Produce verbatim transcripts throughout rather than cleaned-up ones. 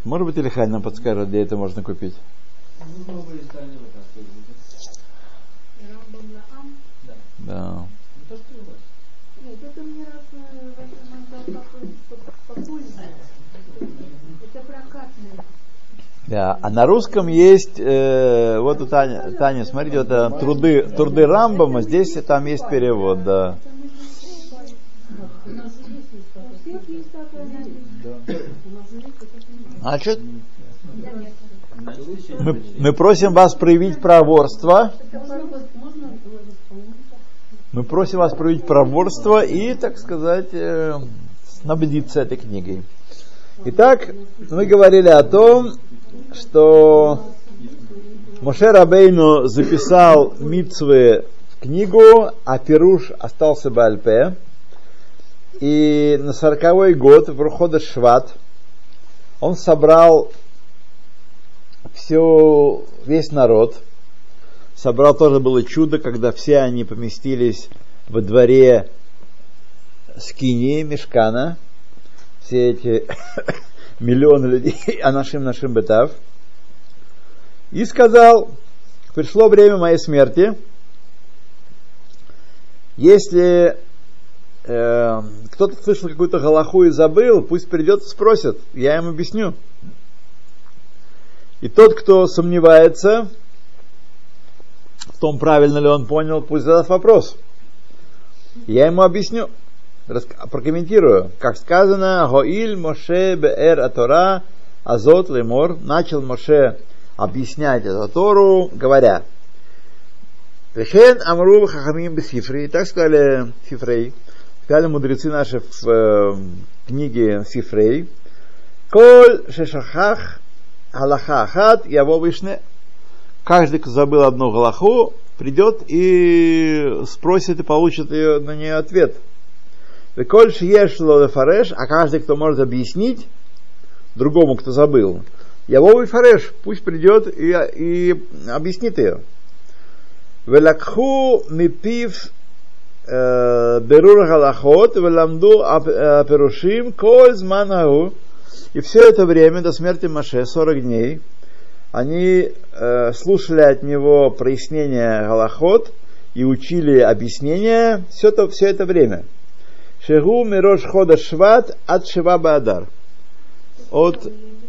Может быть, Ильхай нам подскажет, где это можно купить? Да. Нет, это мне раз mandal попользоваться. Это прокатное. Да, а на русском есть, э, вот у Таня, Таня, смотрите, вот это труды, труды Рамбама, здесь и там есть перевод, да. Значит, мы, мы просим вас проявить проворство. Мы просим вас проявить проворство и, так сказать, э, снабдиться этой книгой. Итак, мы говорили о том, что Моше Рабейну записал мицвы в книгу, а Пируш остался бааль-пе. И на сороковой год, в Ходеш Шват, он собрал все, весь народ. Собрал, тоже было чудо, когда все они поместились во дворе скинии, мишкана. Все эти миллионы людей, анашим нашим бетав. И сказал: пришло время моей смерти. Если э, кто-то слышал какую-то галаху и забыл, пусть придет и спросит, я им объясню. И тот, кто сомневается в том, правильно ли он понял, пусть задаст вопрос. Я ему объясню, прокомментирую. Как сказано, Гоиль Моше беэр атора азот лемор. Начал Моше объяснять эту Тору, говоря: Вехен амру хахамим бесифрей. Так сказали Сифрей. Сказали мудрецы наши в э, книге Сифрей. Коль шешахах галаха ахат яво вишне. Каждый, кто забыл одну галаху, придет и спросит и получит ее, на нее ответ. Коль шеешло лефареш, а каждый, кто может объяснить другому, кто забыл, яво вифареш, пусть придет и, и объяснит ее. Велакху мипив берур галахот веламду аперушим коль зманаху. И все это время до смерти Моше, сорок дней, они э, слушали от него прояснения галахот и учили объяснения все это, все это время. Шегу мирош хода шват от шива баадар. От...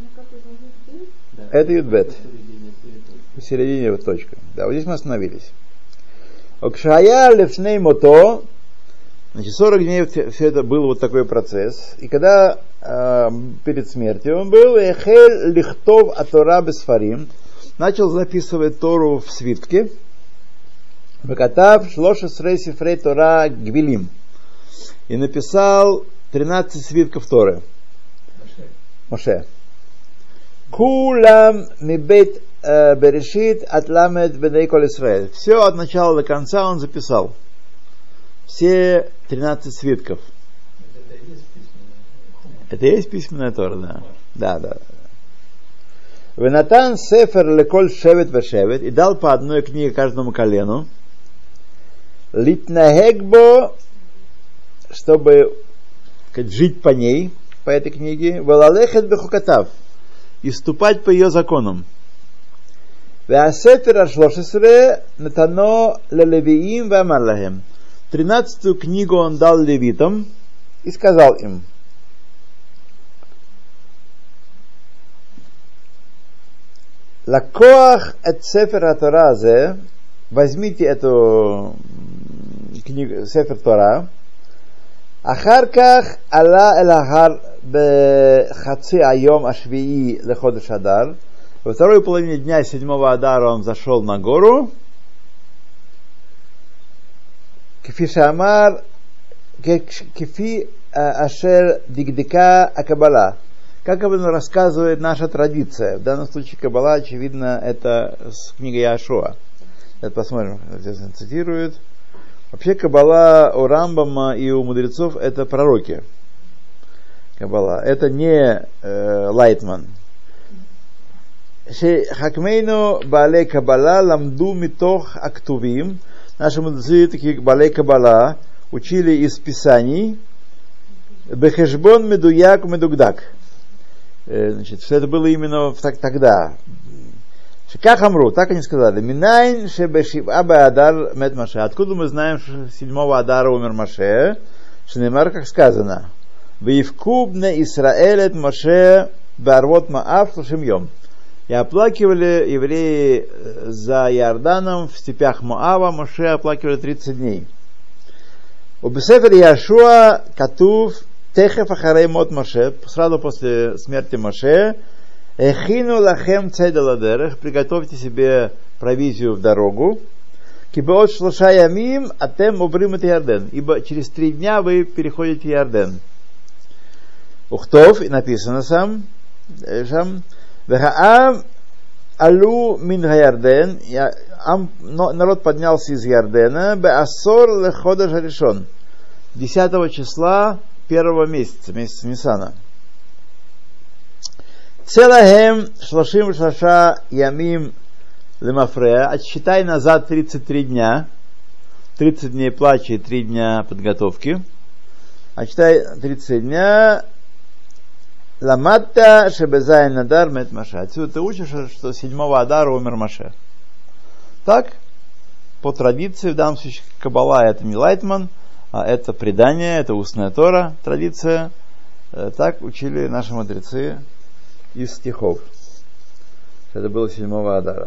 Это Юдбет. В середине вот точка. Да, вот здесь мы остановились. Окшая лефней мото. Значит, сорок дней все это был вот такой процесс. И когда э, перед смертью он был, эхель лихтов атора бесфарим, начал записывать Тору в свитке. Векатав шлоша срей сифрей Тора гвилим. И написал тринадцать свитков Торы. Моше. Кулам мибейт берешит атламед беней кол Исраэль. Все от начала до конца он записал. Все тринадцать свитков. Это и есть письменная Тора, да. Да, да. Венатан сефер леколь шевет вешевет. И дал по одной книге каждому колену. Литнагегбо, чтобы жить по ней, по этой книге. Валалехет бехукатав. И ступать по ее законам. Веасефер ашлошесре натано лелевиим вамарлахем. Тринадцатую книгу он дал левитам и сказал им: Лакоах эт сефер а-Тора зе, возьмите эту книгу Сефер Тора, Ахарках ала элахар бехаци айом ашвии леходеш адар. Во второй половине дня седьмого адара он зашел на гору. Кефи шамар, кефи ашер дигдика акабала. Как об этом рассказывает наша традиция. В данном случае Каббала, очевидно, это с книги Яшуа. Это посмотрим, здесь он цитирует. Вообще Каббала у Рамбама и у мудрецов это пророки. Каббала. Это не э, Лайтман. Хакмейну балей Каббала ламду митох актувим. Наши мудрецы, такие балей Каббала, учили из Писаний бехешбон медуяк медугдак. Значит, что это было именно так, тогда. Как Амру, так они сказали. Минайн шебешив аба адар мет Маше. Откуда мы знаем, что седьмого адара умер Маше? Шнемар, как сказано. Вивкубне Исраэлет Маше барвот маав шлушим йом. И оплакивали евреи за Иорданом в степях Моава. Маше оплакивали тридцать дней. У Бесефер Яшуа Катув Техев ахарей мот Маше. Сразу после смерти Маше. Эхину лахем цейдаладерех, приготовьте себе провизию в дорогу. Кибеот шлоша ямим атем убрим это Ярден, ибо через три дня вы переходите Ярден. Ухтов, и написано сам, сам вехаам алу мин Ярден, народ поднялся из Ярдена, беасор лехода жаришон, десятого числа первого месяца, месяца Нисана. Целахем шлошим шлоша ямим лемафрея. Отсчитай назад тридцать три дня. тридцать дней плача и три дня подготовки. Отсчитай тридцать дня. Ламатта шебезай надар мет Маше. Отсюда ты учишь, что седьмого адара умер Маше. Так, по традиции, в данном случае Каббала это не Лайтман, а это предание, это устная Тора, традиция. Так учили наши мудрецы из стихов. Это было седьмого адара.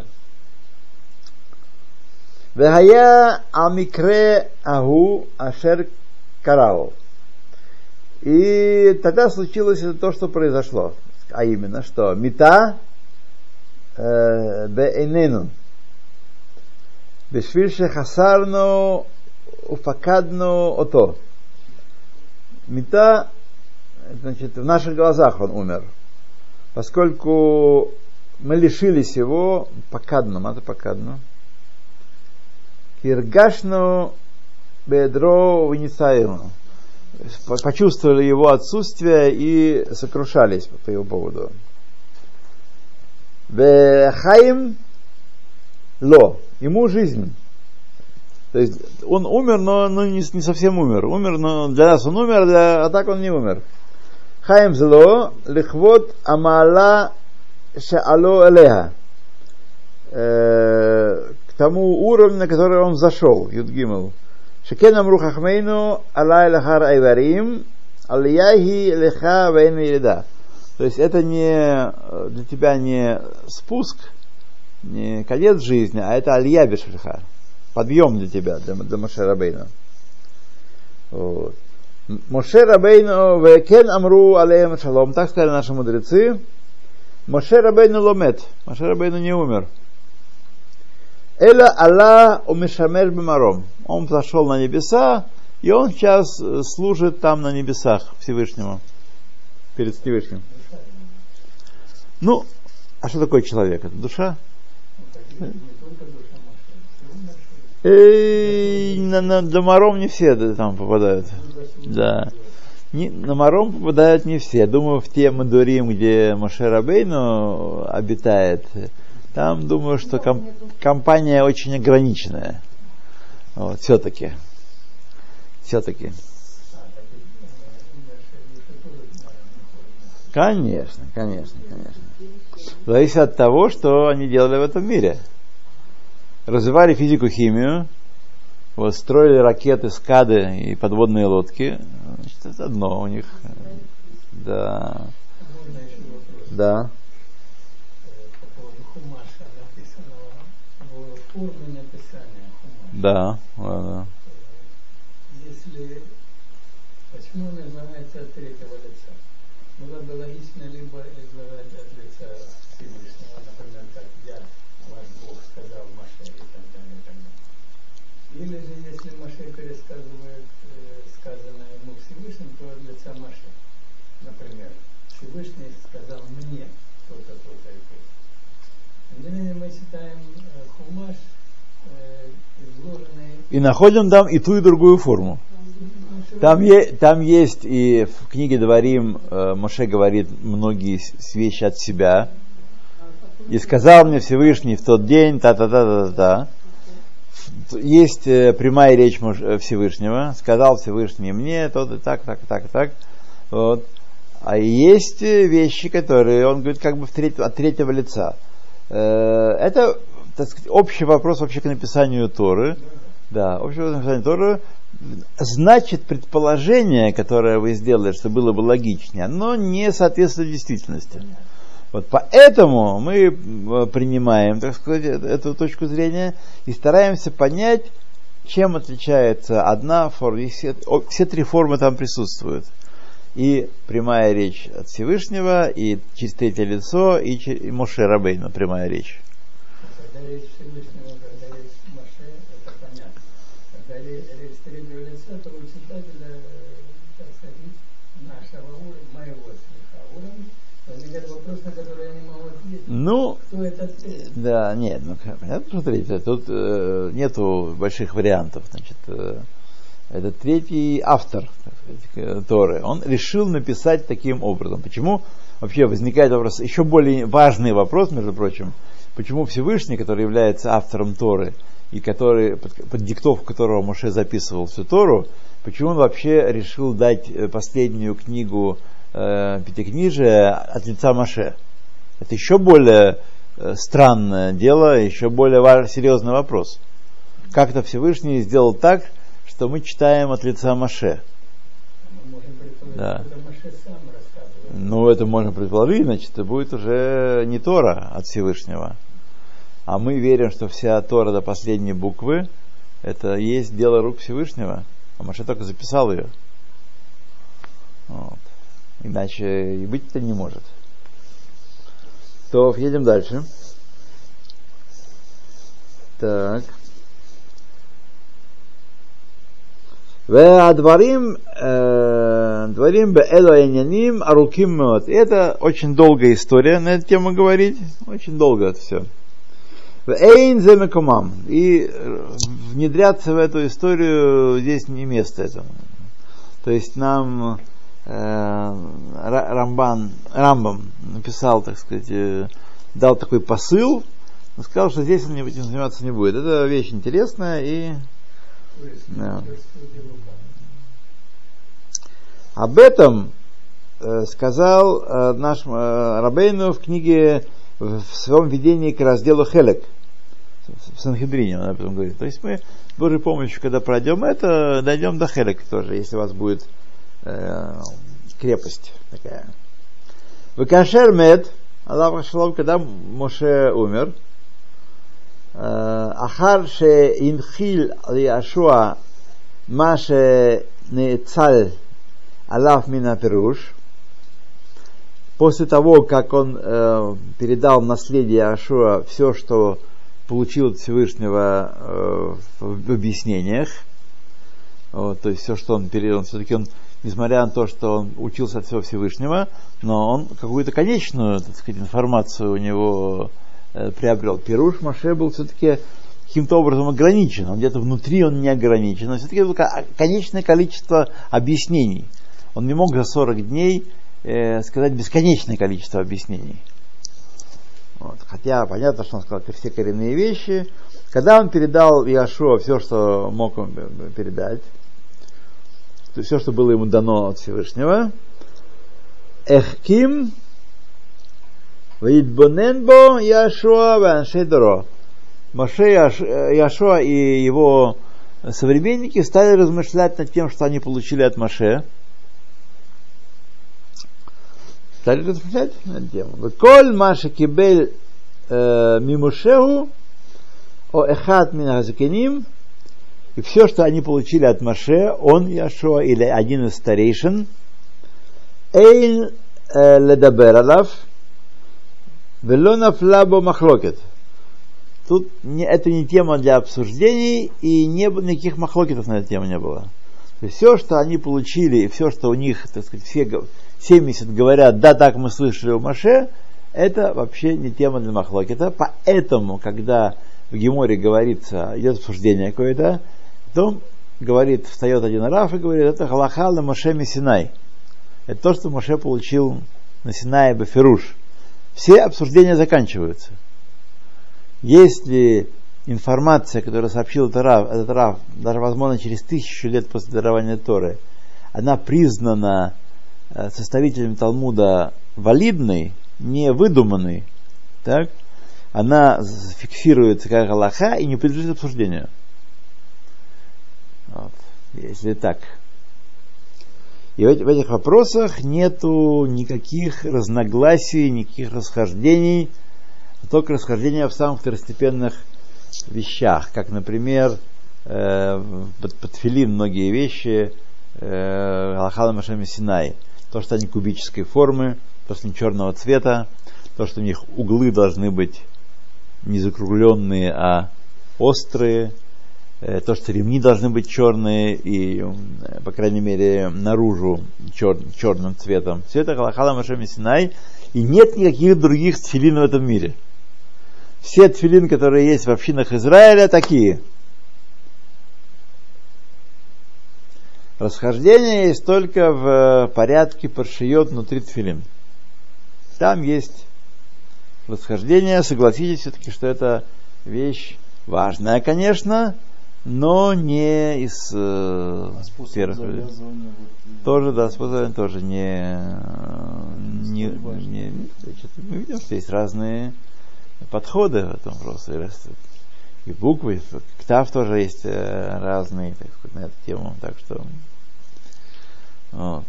Вехая амикре агу ашер карал. И тогда случилось это то, что произошло. А именно, что мита беэнену бешвильше хасарну уфакадну ото. Мита, значит, в наших глазах он умер. Поскольку мы лишились его покадно, мата покадно, киргашну бедро вынесаину, почувствовали его отсутствие и сокрушались по его поводу. Вехаим ло, ему жизнь. То есть он умер, но, но не, не совсем умер. Умер, но для нас он умер, для, а так он не умер. Хаим зло лихвот амала шаало элеха, к тому уровню, на который он зашел. Юдгимел. Шекен амру хахмейну алай лахар айварим алияхи леха вейн еда. То есть это не для тебя не спуск, не конец жизни, а это алия бешельха, подъем для тебя, для, для Моше Рабейну. Вот. Моше Рабейну векен амру алеем шалом. Так сказали наши мудрецы. Моше Рабейну ломет. Моше Рабейну не умер. Эла Алла умешамеш бемаром. Он зашел на небеса, и он сейчас служит там на небесах Всевышнему. Перед Всевышним. Ну, а что такое человек? Это душа? И на, на, на Маром не все там попадают. Да. Не, на Маром попадают не все. Думаю, в те Мадурим, где Моше Рабейну обитает, там, думаю, что ком, компания очень ограниченная. Вот, все-таки. Все-таки. Конечно, конечно, конечно. Зависит от того, что они делали в этом мире. Развивали физику, химию, вот, строили ракеты, скады и подводные лодки. Значит, это одно у них. Да. Да. Да, ладно. Если почему он излагается от третьего лица? Было бы логично либо излагать от лица Всевышнего, например, как я, ваш Бог, сказал Моше и так далее, и так далее. Или же если Моше пересказывает э, сказанное ему Всевышним, то от лица Моше. Например, Всевышний сказал мне то-то, то-то и то-то. Тем не менее мы читаем э, Хумаш, э, изложенный... И находим там и ту, и другую форму. Там, е, там есть и в книге Дворим э, Моше говорит многие вещи от себя. И сказал мне Всевышний в тот день, та-та-та-та-та. Есть э, прямая речь Моше, Всевышнего. Сказал Всевышний мне, то-то, так, так, так, так. Вот. А есть вещи, которые он говорит как бы в треть, от третьего лица. Это, так сказать, общий вопрос вообще к написанию Торы. Да, общий вопрос к написанию Торы. Значит, предположение, которое вы сделали, что было бы логичнее, оно не соответствует действительности. Вот поэтому мы принимаем, так сказать, эту точку зрения и стараемся понять, чем отличается одна форма. Все, все три формы там присутствуют. И прямая речь от Всевышнего, и через третье лицо, и, и Моше Рабейну прямая речь. Когда речь Всевышнего, когда речь Моше, это понятно. Когда речь третьего лица, то у читателя, так сказать, нашего уровня, моего слегка уровня, возникает вопрос, на который я не могу ответить. Ну, кто этот третий? Да, нет, ну понятно, что третий. Тут э, нету больших вариантов. Значит, э, это третий автор, так сказать, Торы. Он решил написать таким образом. Почему? Вообще возникает вопрос, еще более важный вопрос, между прочим, почему Всевышний, который является автором Торы, и который, под, под диктовку которого Моше записывал всю Тору, почему он вообще решил дать последнюю книгу э, Пятикнижия от лица Моше? Это еще более э, странное дело, еще более важ, серьезный вопрос. Как-то Всевышний сделал так, что мы читаем от лица Моше. Мы можем предположить, да. что это Моше сам рассказывает. Ну, это можно предположить, значит, это будет уже не Тора от Всевышнего. А мы верим, что вся Тора до последней буквы это есть дело рук Всевышнего. А Моше только записал ее. Вот. Иначе и быть-то не может. То едем дальше. Так. Ве'адварим дворим бе'элу айняним аруким меот. Это очень долгая история на эту тему говорить. Очень долго это все. Ве'эйн зе мекумам. И внедряться в эту историю здесь не место этому. То есть нам э, Рамбан, Рамбам написал, так сказать, э, дал такой посыл, но сказал, что здесь он этим заниматься не будет. Это вещь интересная и да. Об этом э, сказал э, наш э, Рабейну в книге, в своем введении к разделу Хелек в Санхедрине, он об этом говорит. То есть мы с Божьей помощью, когда пройдем это, дойдем до Хелек тоже, если у вас будет э, крепость такая. Векашер мед, Аллах шалом, когда Моше умер, אחר שהנחיל ליהושע מה שנאצל עליו מן הפירוש, после того, как он э, передал в наследие Иошуа все, что получил от Всевышнего э, в объяснениях, вот, то есть все, что он передал, он, все-таки он, несмотря на то, что он учился от всего Всевышнего, но он какую-то конечную, так сказать, информацию у него приобрел. Пируш Моше был все-таки каким-то образом ограничен. Он где-то внутри он не ограничен. Но все-таки было конечное количество объяснений. Он не мог за сорок дней э, сказать бесконечное количество объяснений. Вот. Хотя понятно, что он сказал все коренные вещи. Когда он передал Иошуа все, что мог он передать, то все, что было ему дано от Всевышнего, Эхким Ваидбоненбо Иошуа ваншей доро. Моше, Иошуа и его современники стали размышлять над тем, что они получили от Моше. Стали размышлять над тем. Коль Маша кибель мимушеху о эхат мин хазакеним. И все, что они получили от Моше, он, Иошуа, или один из старейшин, эйн ледабер алав, велона флабо махлокет. Тут не, это не тема для обсуждений, и не было никаких махлокетов на эту тему не было. То есть все, что они получили, и все, что у них, так сказать, все семьдесят говорят, да, так мы слышали у Моше, это вообще не тема для махлокета. Поэтому, когда в Геморе говорится, идет обсуждение какое-то, то говорит, встает один рав и говорит, это галаха на Моше Мессинай. Это то, что Моше получил на Синае Бефируш. Все обсуждения заканчиваются. Если информация, которую сообщил этот рав, этот рав, даже возможно через тысячу лет после дарования Торы, она признана составителем Талмуда валидной, не выдуманной, так, она фиксируется как галаха и не подлежит обсуждению. Вот. Если так. И в этих вопросах нету никаких разногласий, никаких расхождений, а только расхождения в самых второстепенных вещах, как, например, э, под, под тфилин многие вещи галаха лемаше Синай, то, что они кубической формы, то, что они черного цвета, то, что у них углы должны быть не закругленные, а острые, то, что ремни должны быть черные и, по крайней мере, наружу чер, черным цветом. Все это галаха лемаше Синай, и нет никаких других тфилин в этом мире. Все тфилин, которые есть в общинах Израиля, такие. Расхождение есть только в порядке паршиот внутри тфилин. Там есть расхождение. Согласитесь все-таки, что это вещь важная, конечно, но не из э, первых. Вот, тоже, да, способ тоже не, не, не, не. Мы видим, что есть разные подходы в этом вопросе. И буквы, ктав тоже есть разные, так сказать, на эту тему. Так что вот.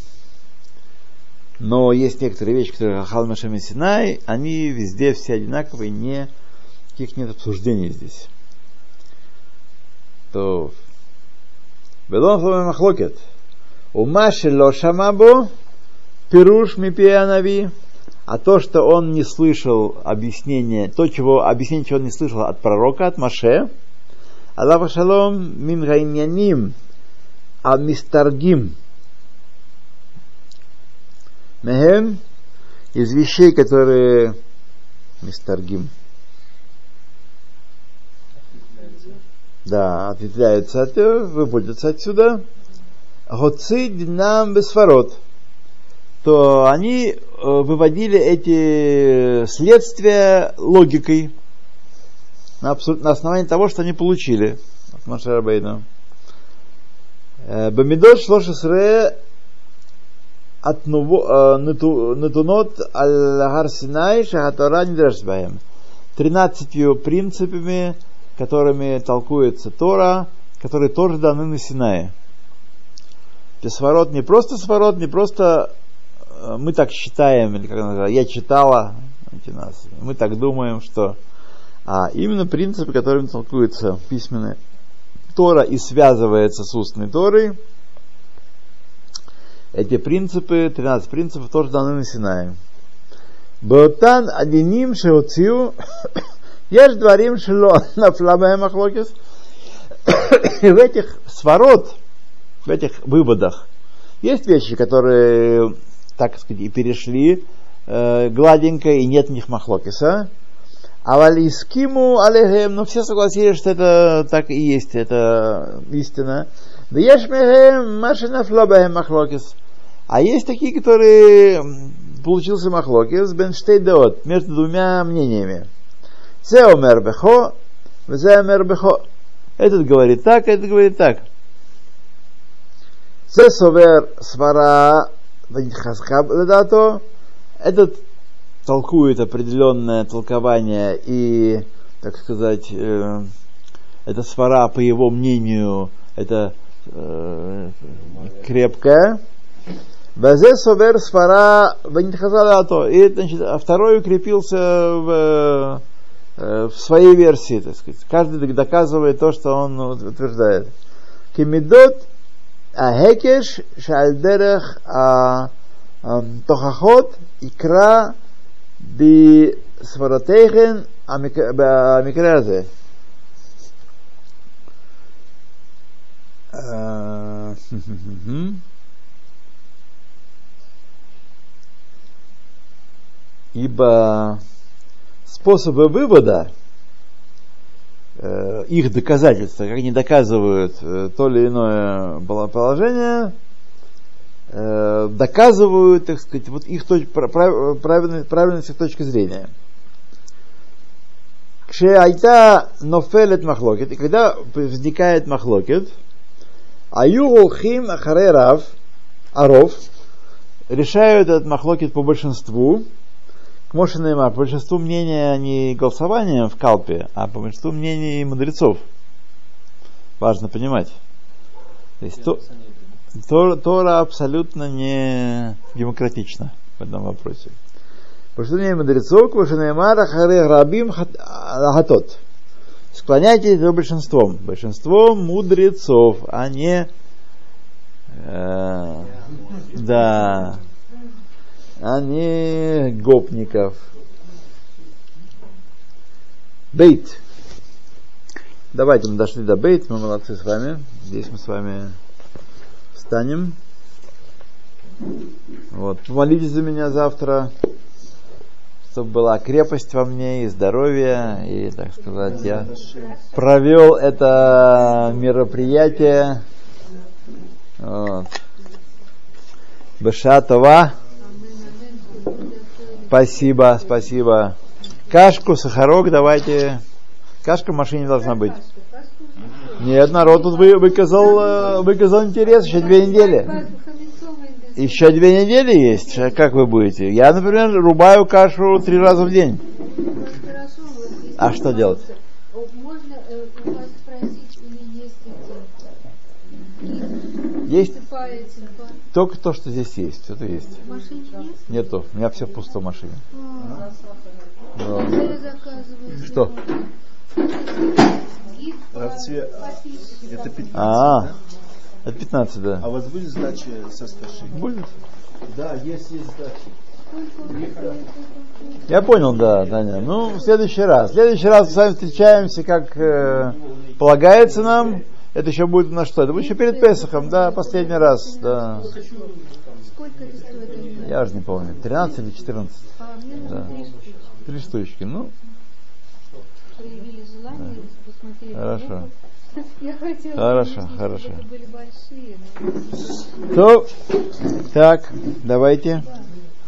Но есть некоторые вещи, которые галаха лемаше Синай, они везде все одинаковые, не, никаких нет обсуждений здесь. То Белон хломе махлокет. Ума шело шамабо пируш мипи анави. А то, что он не слышал объяснения, то, чего объяснение, чего он не слышал от пророка, от Моше, Аллаху шалом мин гаиньяним амистаргим мехем, из вещей, которые мистаргим, да, ответвляются, от, выводятся отсюда, гоци динам бесфарот, то они выводили эти следствия логикой на, абсурд, на основании того, что они получили от Моше Рабейну. Бамидот шлошесре от натунот аль-гар Синай шахатора нидраш баем. Тринадцатью принципами, которыми толкуется Тора, которые тоже даны на Синае. Сварот не просто сварот, не просто мы так считаем, или как называется, я читала, нас, мы так думаем, что а именно принципы, которыми толкуется письменная Тора и связывается с устной Торой, эти принципы, тринадцать принципов, тоже даны на Синае. Баотан адиним шеоциу еш дварим шело нафла баэм махлокес. И в этих сварот, в этих выводах есть вещи, которые, так сказать, и перешли э, гладенько, и нет в них махлокиса. А валискиму алехем, но все согласились, что это так и есть, это истина. Да ешмехем машинафла баэм махлокис. А есть такие, которые получился махлокис бен штейдеот, между двумя мнениями. Зе омер бехо, зе омер бехо. Этот говорит так, этот говорит так. Зе совер свара ванитхаскаб ледато. Этот толкует определенное толкование и, так сказать, э, это свара, по его мнению, это э, крепкое. Базе совер свара ванитхазалато. И, значит, а второй укрепился в, э, в своей версии, так сказать. Каждый доказывает то, что он утверждает. Кимидот ахекеш шальдерех тохахот икра би сваратейхен амикразе. Ибо способы вывода, э, их доказательства, как они доказывают э, то или иное положение, э, доказывают, так сказать, вот их точ, прав, правильность, правильность их точки зрения. Кшеайта нофелет махлокет, и когда возникает махлокет, аю голхим ахарей рав, аров, решают этот махлокит по большинству. К Моше неймар, по большинству мнения не голосованием в Калпе, а по большинству мнений мудрецов. Важно понимать. То есть то, то, Тора абсолютно не демократична в этом вопросе. По большинству мнений мудрецов, к Моше неймар, ахарех рабим хатот. Склоняйтесь за большинством. Большинством мудрецов, а не э, да, а не гопников. Бейт. Давайте, мы дошли до бейт, мы молодцы с вами. Здесь мы с вами встанем. Вот. Помолитесь за меня завтра, чтобы была крепость во мне и здоровье, и, так сказать, я провел это мероприятие. Вот. Беша това. Спасибо, спасибо. Кашку, сахарок давайте. Кашка в машине должна быть. Нет, народ тут вы, выказал, выказал интерес еще две недели. Еще две недели есть. Как вы будете? Я, например, рубаю кашу три раза в день. А что делать? Можно у вас спросить, или есть эти? Есть. Только то, что здесь есть. Это есть. В машине есть? Нету. У меня все пусто в машине. А, что? Равце, это пятнадцать. А, это пятнадцать, да. А у вас будет сдача со старшей? Будет. Да, есть, есть сдача. Я понял, да, Таня. Ну, в следующий раз. В следующий раз мы с вами встречаемся, как э, полагается нам. Это еще будет на что? Это будет еще перед Песохом, да, последний раз, да. Сколько это стоит? Я уже не помню. тринадцать или четырнадцать? А, мне Да. три штучки. Три штучки, ну. Проявили желание, Да. посмотрели. Хорошо. Я хотела, Хорошо, чтобы хорошо. это были большие. Но... То, так, давайте.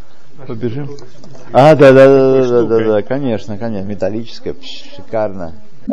Побежим. А, да, да, да, да, да, да, да, конечно, конечно. Металлическая, пш, шикарно.